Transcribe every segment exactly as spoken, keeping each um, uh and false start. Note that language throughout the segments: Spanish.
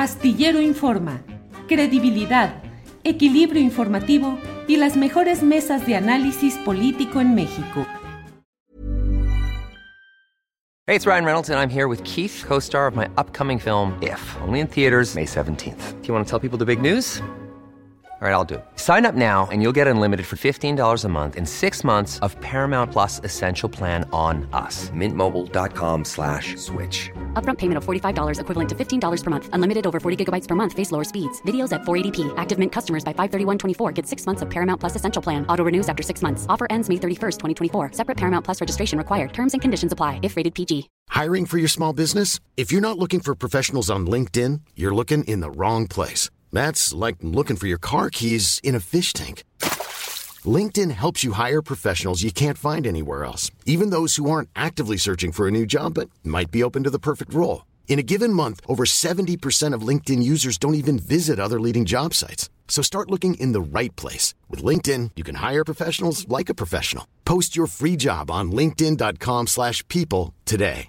Astillero Informa, credibilidad, equilibrio informativo y las mejores mesas de análisis político en México. Hey, it's Ryan Reynolds, and I'm here with Keith, co-star of my upcoming film, If, only in theaters May seventeenth. Do you want to tell people the big news? All right, I'll do it. Sign up now and you'll get unlimited for fifteen dollars a month and six months of Paramount Plus Essential Plan on us. Mint Mobile dot com slash switch. Upfront payment of forty-five dollars equivalent to fifteen dollars per month. Unlimited over forty gigabytes per month. Face lower speeds. Videos at four eighty p. Active Mint customers by five thirty-one twenty-four get six months of Paramount Plus Essential Plan. Auto renews after six months. Offer ends May thirty-first, twenty twenty-four. Separate Paramount Plus registration required. Terms and conditions apply if rated P G. Hiring for your small business? If you're not looking for professionals on LinkedIn, you're looking in the wrong place. That's like looking for your car keys in a fish tank. LinkedIn helps you hire professionals you can't find anywhere else, even those who aren't actively searching for a new job but might be open to the perfect role. In a given month, over seventy percent of LinkedIn users don't even visit other leading job sites. So start looking in the right place. With LinkedIn, you can hire professionals like a professional. Post your free job on linkedin dot com slash people today.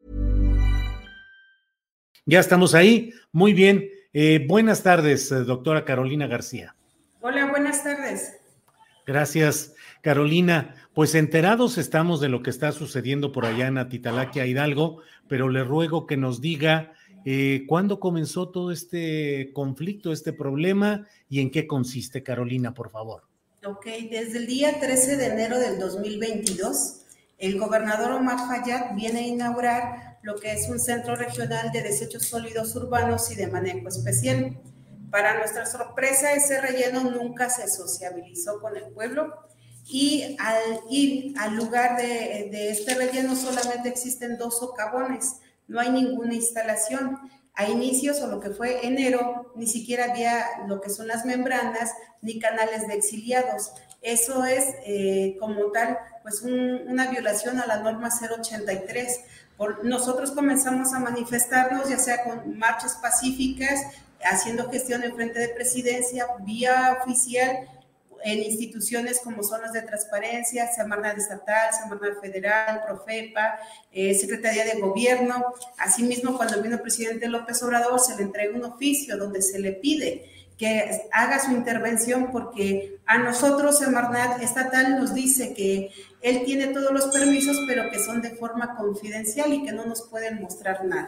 Ya estamos ahí. Muy bien. Eh, buenas tardes, eh, doctora Carolina García. Hola, buenas tardes. Gracias, Carolina. Pues enterados estamos de lo que está sucediendo por allá en Atitalaquia, Hidalgo, pero le ruego que nos diga eh, cuándo comenzó todo este conflicto, este problema y en qué consiste, Carolina, por favor. Ok, desde el día trece de enero del dos mil veintidós, el gobernador Omar Fayad viene a inaugurar lo que es un centro regional de desechos sólidos urbanos y de manejo especial. Para nuestra sorpresa, ese relleno nunca se sociabilizó con el pueblo y al ir al lugar de, de este relleno solamente existen dos socavones, no hay ninguna instalación. A inicios o lo que fue enero, ni siquiera había lo que son las membranas ni canales de exiliados. Eso es eh, como tal pues un, una violación a la norma cero ochenta y tres. Por, nosotros comenzamos a manifestarnos ya sea con marchas pacíficas, haciendo gestión en frente de presidencia, vía oficial, en instituciones como son las de transparencia, Semarnat estatal, Semarnat federal, Profepa, eh, Secretaría de Gobierno. Asimismo, cuando vino el presidente López Obrador, se le entregó un oficio donde se le pide que haga su intervención porque a nosotros Semarnat estatal nos dice que él tiene todos los permisos, pero que son de forma confidencial y que no nos pueden mostrar nada.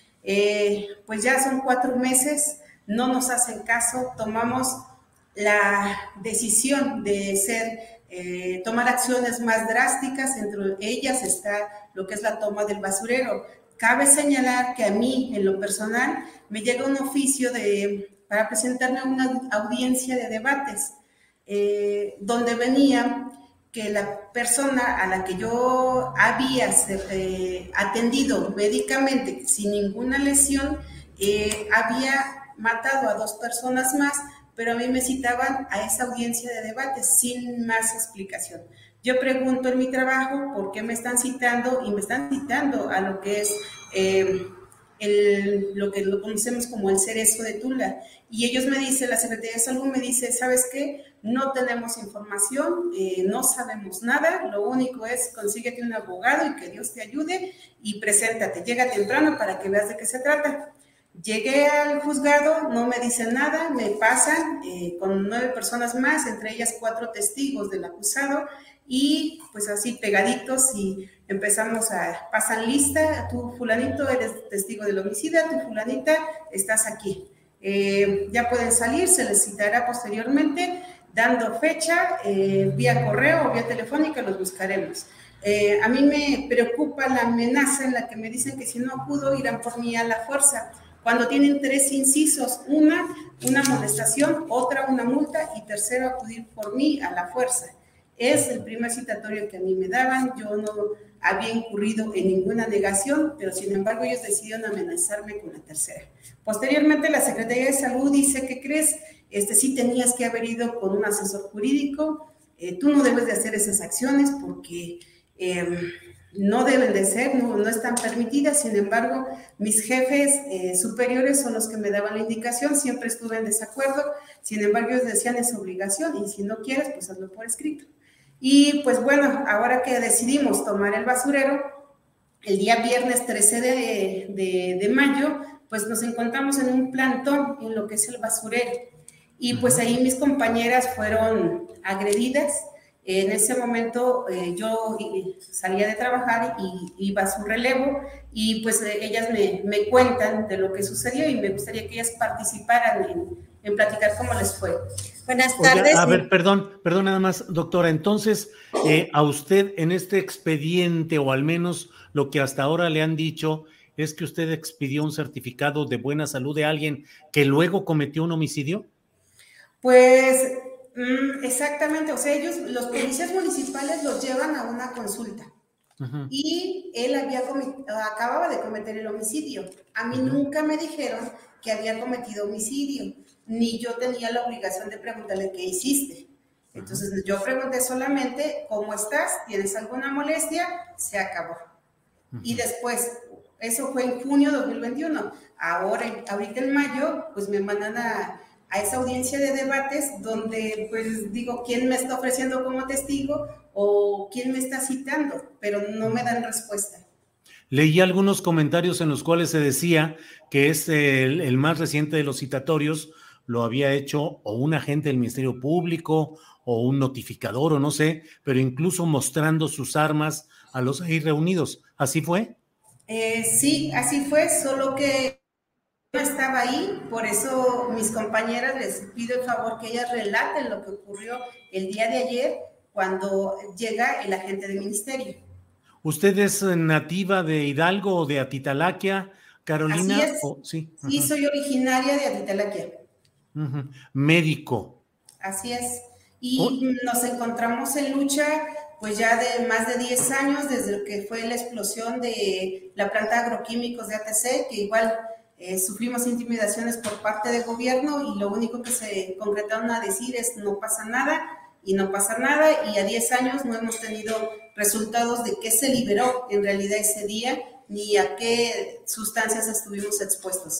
Eh, pues ya son cuatro meses, no nos hacen caso, tomamos la decisión de ser, eh, tomar acciones más drásticas, entre ellas está lo que es la toma del basurero. Cabe señalar que a mí, en lo personal, me llega un oficio de, para presentarme a una audiencia de debates, eh, donde venía que la persona a la que yo había eh, atendido médicamente sin ninguna lesión, eh, había matado a dos personas más, pero a mí me citaban a esa audiencia de debate sin más explicación. Yo pregunto en mi trabajo por qué me están citando y me están citando a lo que es eh, el, lo que lo conocemos como el cerezo de Tula. Y ellos me dicen, la Secretaría de Salud me dice, ¿sabes qué? No tenemos información, eh, no sabemos nada, lo único es consíguete un abogado y que Dios te ayude y preséntate, llega temprano para que veas de qué se trata. Llegué al juzgado, no me dicen nada, me pasan eh, con nueve personas más, entre ellas cuatro testigos del acusado, y pues así pegaditos y empezamos a, pasan lista, tú fulanito eres testigo del homicida, tú fulanita estás aquí. Eh, ya pueden salir, se les citará posteriormente, dando fecha, eh, vía correo o vía telefónica los buscaremos. Eh, a mí me preocupa la amenaza en la que me dicen que si no acudo irán por mí a la fuerza, cuando tienen tres incisos, una, una amonestación, otra, una multa y tercero, acudir por mí a la fuerza. Es el primer citatorio que a mí me daban, yo no había incurrido en ninguna negación, pero sin embargo ellos decidieron amenazarme con la tercera. Posteriormente la Secretaría de Salud dice, ¿qué crees? Este, sí tenías que haber ido con un asesor jurídico, eh, tú no debes de hacer esas acciones porque eh, no deben de ser, no, no están permitidas. Sin embargo, mis jefes eh, superiores son los que me daban la indicación, siempre estuve en desacuerdo, sin embargo ellos decían es obligación y si no quieres, pues hazlo por escrito. Y pues bueno, ahora que decidimos tomar el basurero, el día viernes trece de, de, de mayo, pues nos encontramos en un plantón, en lo que es el basurero, y pues ahí mis compañeras fueron agredidas. En ese momento eh, yo salía de trabajar y iba a su relevo, y pues eh, ellas me, me cuentan de lo que sucedió, y me gustaría que ellas participaran en, en platicar cómo les fue. Buenas tardes. Oiga, a ver, perdón, perdón nada más, doctora. Entonces, eh, a usted en este expediente, o al menos lo que hasta ahora le han dicho, es que usted expidió un certificado de buena salud de alguien que luego cometió un homicidio. Pues mm, exactamente, o sea, ellos, los policías municipales los llevan a una consulta. Uh-huh. Y él había comet- acababa de cometer el homicidio. A mí uh-huh. nunca me dijeron que había cometido homicidio, ni yo tenía la obligación de preguntarle qué hiciste. Entonces uh-huh. yo pregunté solamente, ¿cómo estás? ¿Tienes alguna molestia? Se acabó. Uh-huh. Y después, eso fue en junio de dos mil veintiuno. Ahora, ahorita en mayo, pues me mandan a, a esa audiencia de debates donde, pues digo, ¿quién me está ofreciendo como testigo o quién me está citando? Pero no me dan respuesta. Leí algunos comentarios en los cuales se decía que es el, el más reciente de los citatorios lo había hecho o un agente del Ministerio Público o un notificador o no sé, pero incluso mostrando sus armas a los ahí reunidos. ¿Así fue? Eh, sí, así fue, solo que no estaba ahí, por eso mis compañeras les pido el favor que ellas relaten lo que ocurrió el día de ayer cuando llega el agente del ministerio. ¿Usted es nativa de Hidalgo o de Atitalaquia, Carolina? Así es. ¿O, sí, sí uh-huh. soy originaria de Atitalaquia. Uh-huh. Médico. Así es. Y oh. nos encontramos en lucha pues ya de más de diez años desde que fue la explosión de la planta de agroquímicos de A T C, que igual eh, sufrimos intimidaciones por parte del gobierno y lo único que se concretaron a decir es no pasa nada y no pasa nada, y a diez años no hemos tenido resultados de qué se liberó en realidad ese día ni a qué sustancias estuvimos expuestos.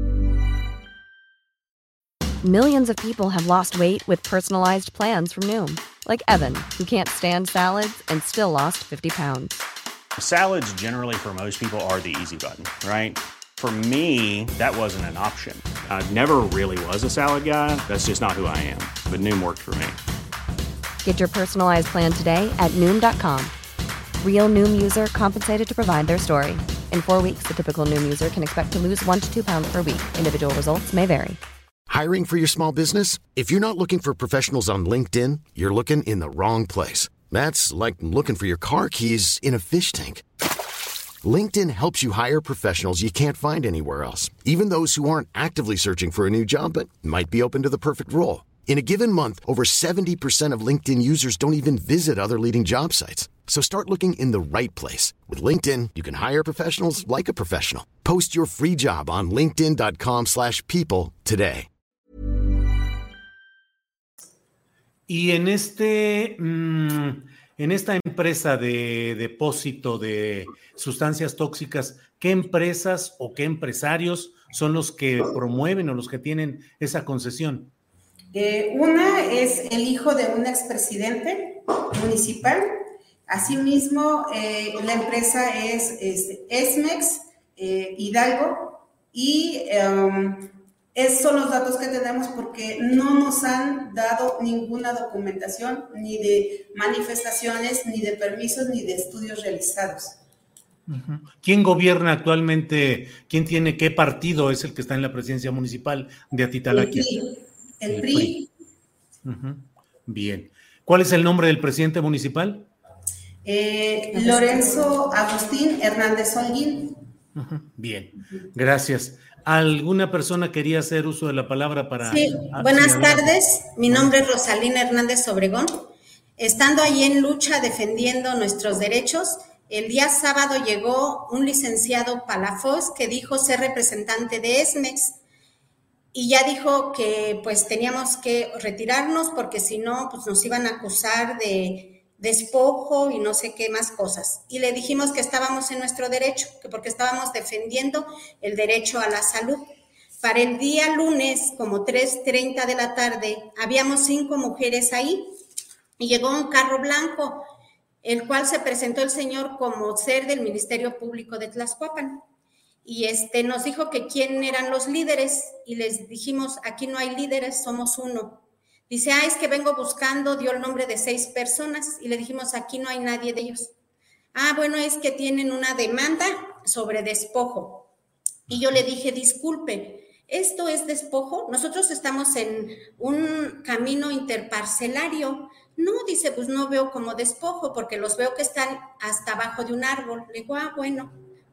Millions of people have lost weight with personalized plans from Noom. Like Evan, who can't stand salads and still lost fifty pounds. Salads generally for most people are the easy button, right? For me, that wasn't an option. I never really was a salad guy. That's just not who I am. But Noom worked for me. Get your personalized plan today at Noom dot com. Real Noom user compensated to provide their story. In four weeks, the typical Noom user can expect to lose one to two pounds per week. Individual results may vary. Hiring for your small business? If you're not looking for professionals on LinkedIn, you're looking in the wrong place. That's like looking for your car keys in a fish tank. LinkedIn helps you hire professionals you can't find anywhere else, even those who aren't actively searching for a new job but might be open to the perfect role. In a given month, over seventy percent of LinkedIn users don't even visit other leading job sites. So start looking in the right place. With LinkedIn, you can hire professionals like a professional. Post your free job on linkedin dot com slash people today. Y en este, mmm, en esta empresa de depósito de sustancias tóxicas, ¿qué empresas o qué empresarios son los que promueven o los que tienen esa concesión? Eh, una es el hijo de un expresidente municipal. Asimismo, eh, la empresa es, es Esmex eh, Hidalgo, y um, esos son los datos que tenemos porque no nos han dado ninguna documentación ni de manifestaciones, ni de permisos, ni de estudios realizados. Uh-huh. ¿Quién gobierna actualmente? ¿Quién tiene qué partido es el que está en la presidencia municipal de Atitalaquia? El P R I. El, el P R I. P R I. Uh-huh. Bien. ¿Cuál es el nombre del presidente municipal? Eh, Lorenzo Agustín Hernández Holguín. Uh-huh. Bien, gracias. ¿Alguna persona quería hacer uso de la palabra para...? Sí, buenas tardes. Mi nombre es Rosalina Hernández Obregón. Estando ahí en lucha defendiendo nuestros derechos, el día sábado llegó un licenciado Palafox que dijo ser representante de Esmex y ya dijo que pues teníamos que retirarnos porque si no pues nos iban a acusar de despojo y no sé qué más cosas. Y le dijimos que estábamos en nuestro derecho, que porque estábamos defendiendo el derecho a la salud. Para el día lunes, como tres treinta de la tarde, habíamos cinco mujeres ahí y llegó un carro blanco, el cual se presentó el señor como ser del Ministerio Público de Tlaxcuapan. y este, nos dijo que quién eran los líderes y les dijimos, aquí no hay líderes, somos uno. Dice, ah, es que vengo buscando, dio el nombre de seis personas y le dijimos, aquí no hay nadie de ellos. Ah, bueno, es que tienen una demanda sobre despojo. Y yo le dije, disculpe, ¿esto es despojo? Nosotros estamos en un camino interparcelario. No, dice, pues no veo como despojo porque los veo que están hasta abajo de un árbol. Le digo, ah, bueno.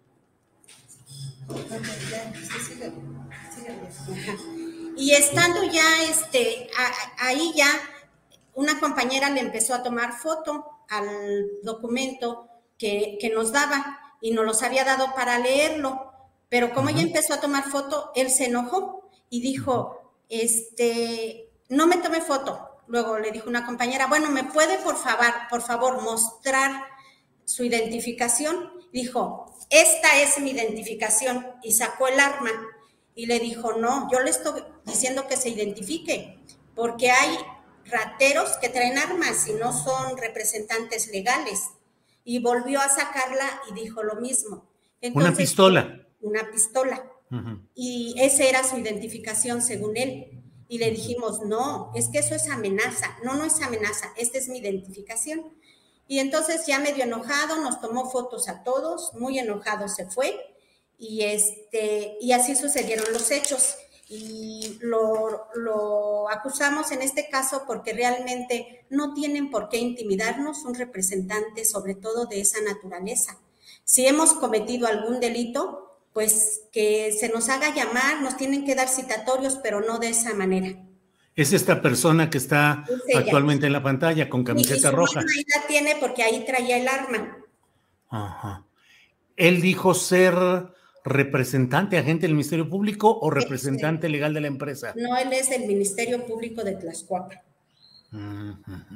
Y estando ya este, a, ahí ya, una compañera le empezó a tomar foto al documento que, que nos daba y nos los había dado para leerlo, pero como uh-huh. ella empezó a tomar foto, él se enojó y dijo, este, no me tome foto. Luego le dijo una compañera, bueno, ¿me puede por favor, por favor mostrar su identificación? Dijo, esta es mi identificación, y sacó el arma y le dijo, no, yo le estoy diciendo que se identifique, porque hay rateros que traen armas y no son representantes legales. Y volvió a sacarla y dijo lo mismo. Entonces, una pistola. Una pistola. Uh-huh. Y esa era su identificación según él. Y le dijimos, no, es que eso es amenaza. No, no es amenaza, esta es mi identificación. Y entonces ya medio enojado, nos tomó fotos a todos, muy enojado se fue. Y, este, y así sucedieron los hechos. Y lo, lo acusamos en este caso porque realmente no tienen por qué intimidarnos un representante, sobre todo de esa naturaleza. Si hemos cometido algún delito, pues que se nos haga llamar, nos tienen que dar citatorios, pero no de esa manera. Es esta persona que está actualmente en la pantalla con camiseta y roja. Ahí la tiene porque ahí traía el arma. Ajá. Él dijo ser representante, agente del Ministerio Público o representante sí. legal de la empresa. No, él es del Ministerio Público de Tlaxcuapan. Uh-huh.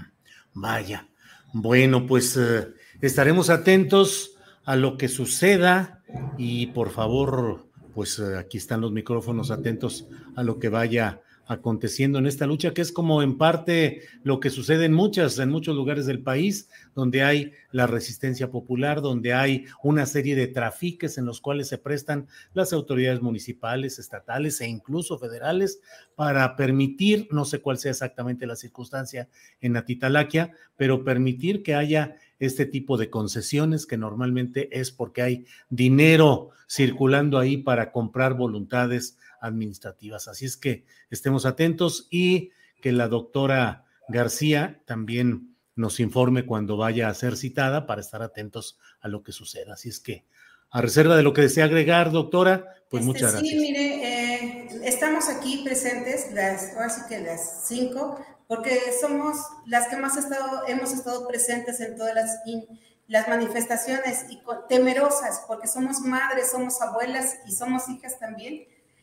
Vaya. Bueno, pues uh, estaremos atentos a lo que suceda y por favor, pues uh, aquí están los micrófonos atentos a lo que vaya aconteciendo en esta lucha, que es como en parte lo que sucede en muchas, en muchos lugares del país, donde hay la resistencia popular, donde hay una serie de trafiques en los cuales se prestan las autoridades municipales, estatales e incluso federales para permitir, no sé cuál sea exactamente la circunstancia en Atitalaquia, pero permitir que haya este tipo de concesiones que normalmente es porque hay dinero circulando ahí para comprar voluntades administrativas. Así es que estemos atentos y que la doctora García también nos informe cuando vaya a ser citada para estar atentos a lo que suceda. Así es que, a reserva de lo que desea agregar, doctora, pues este, muchas gracias. Sí, mire, eh, estamos aquí presentes, las, ahora sí que las cinco, porque somos las que más estado, hemos estado presentes en todas las, las manifestaciones y temerosas, porque somos madres, somos abuelas y somos hijas también.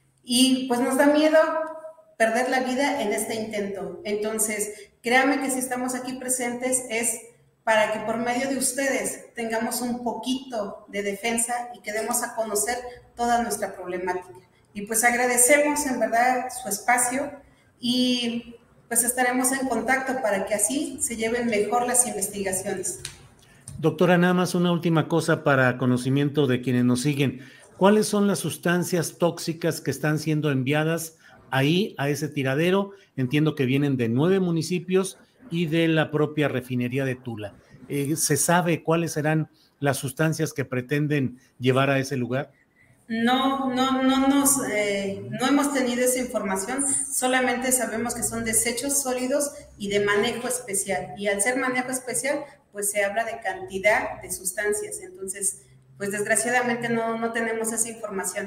Y pues nos da miedo perder la vida en este intento. Entonces, créanme que si estamos aquí presentes es para que por medio de ustedes tengamos un poquito de defensa y que demos a conocer toda nuestra problemática. Y pues agradecemos en verdad su espacio y pues estaremos en contacto para que así se lleven mejor las investigaciones. Doctora, nada más una última cosa para conocimiento de quienes nos siguen. ¿Cuáles son las sustancias tóxicas que están siendo enviadas ahí a ese tiradero? Entiendo que vienen de nueve municipios y de la propia refinería de Tula. Eh, ¿Se sabe cuáles serán las sustancias que pretenden llevar a ese lugar? No, no, no, nos, eh, no hemos tenido esa información, solamente sabemos que son desechos sólidos y de manejo especial. Y al ser manejo especial, pues se habla de cantidad de sustancias, entonces pues desgraciadamente no, no tenemos esa información.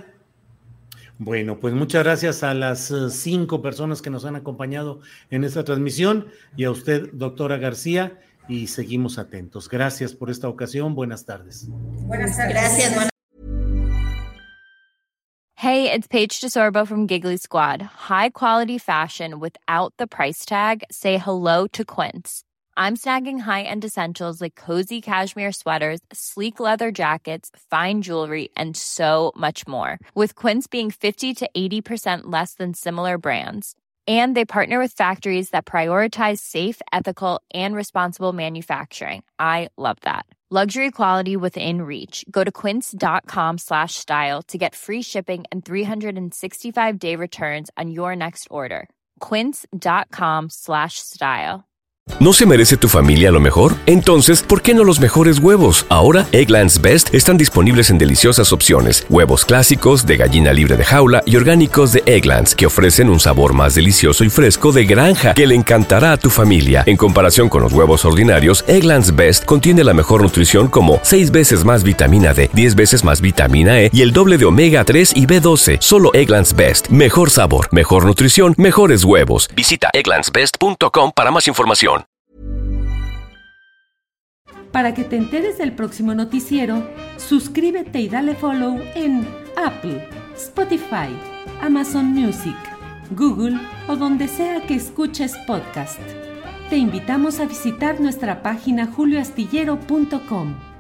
Bueno, pues muchas gracias a las cinco personas que nos han acompañado en esta transmisión y a usted, doctora García, y seguimos atentos. Gracias por esta ocasión. Buenas tardes. Buenas tardes. Gracias. Buenas. Hey, it's Paige DeSorbo from Giggly Squad. High quality fashion without the price tag. Say hello to Quince. I'm snagging high-end essentials like cozy cashmere sweaters, sleek leather jackets, fine jewelry, and so much more. With Quince being fifty to eighty percent less than similar brands. And they partner with factories that prioritize safe, ethical, and responsible manufacturing. I love that. Luxury quality within reach. Go to quince.com slash style to get free shipping and three sixty-five day returns on your next order. Quince.com slash style. ¿No se merece tu familia lo mejor? Entonces, ¿por qué no los mejores huevos? Ahora, Eggland's Best están disponibles en deliciosas opciones. Huevos clásicos, de gallina libre de jaula y orgánicos de Eggland's, que ofrecen un sabor más delicioso y fresco de granja que le encantará a tu familia. En comparación con los huevos ordinarios, Eggland's Best contiene la mejor nutrición como seis veces más vitamina D, diez veces más vitamina E y el doble de omega tres y B doce. Solo Eggland's Best. Mejor sabor, mejor nutrición, mejores huevos. Visita egglands best punto com para más información. Para que te enteres del próximo noticiero, suscríbete y dale follow en Apple, Spotify, Amazon Music, Google o donde sea que escuches podcast. Te invitamos a visitar nuestra página julio astillero punto com.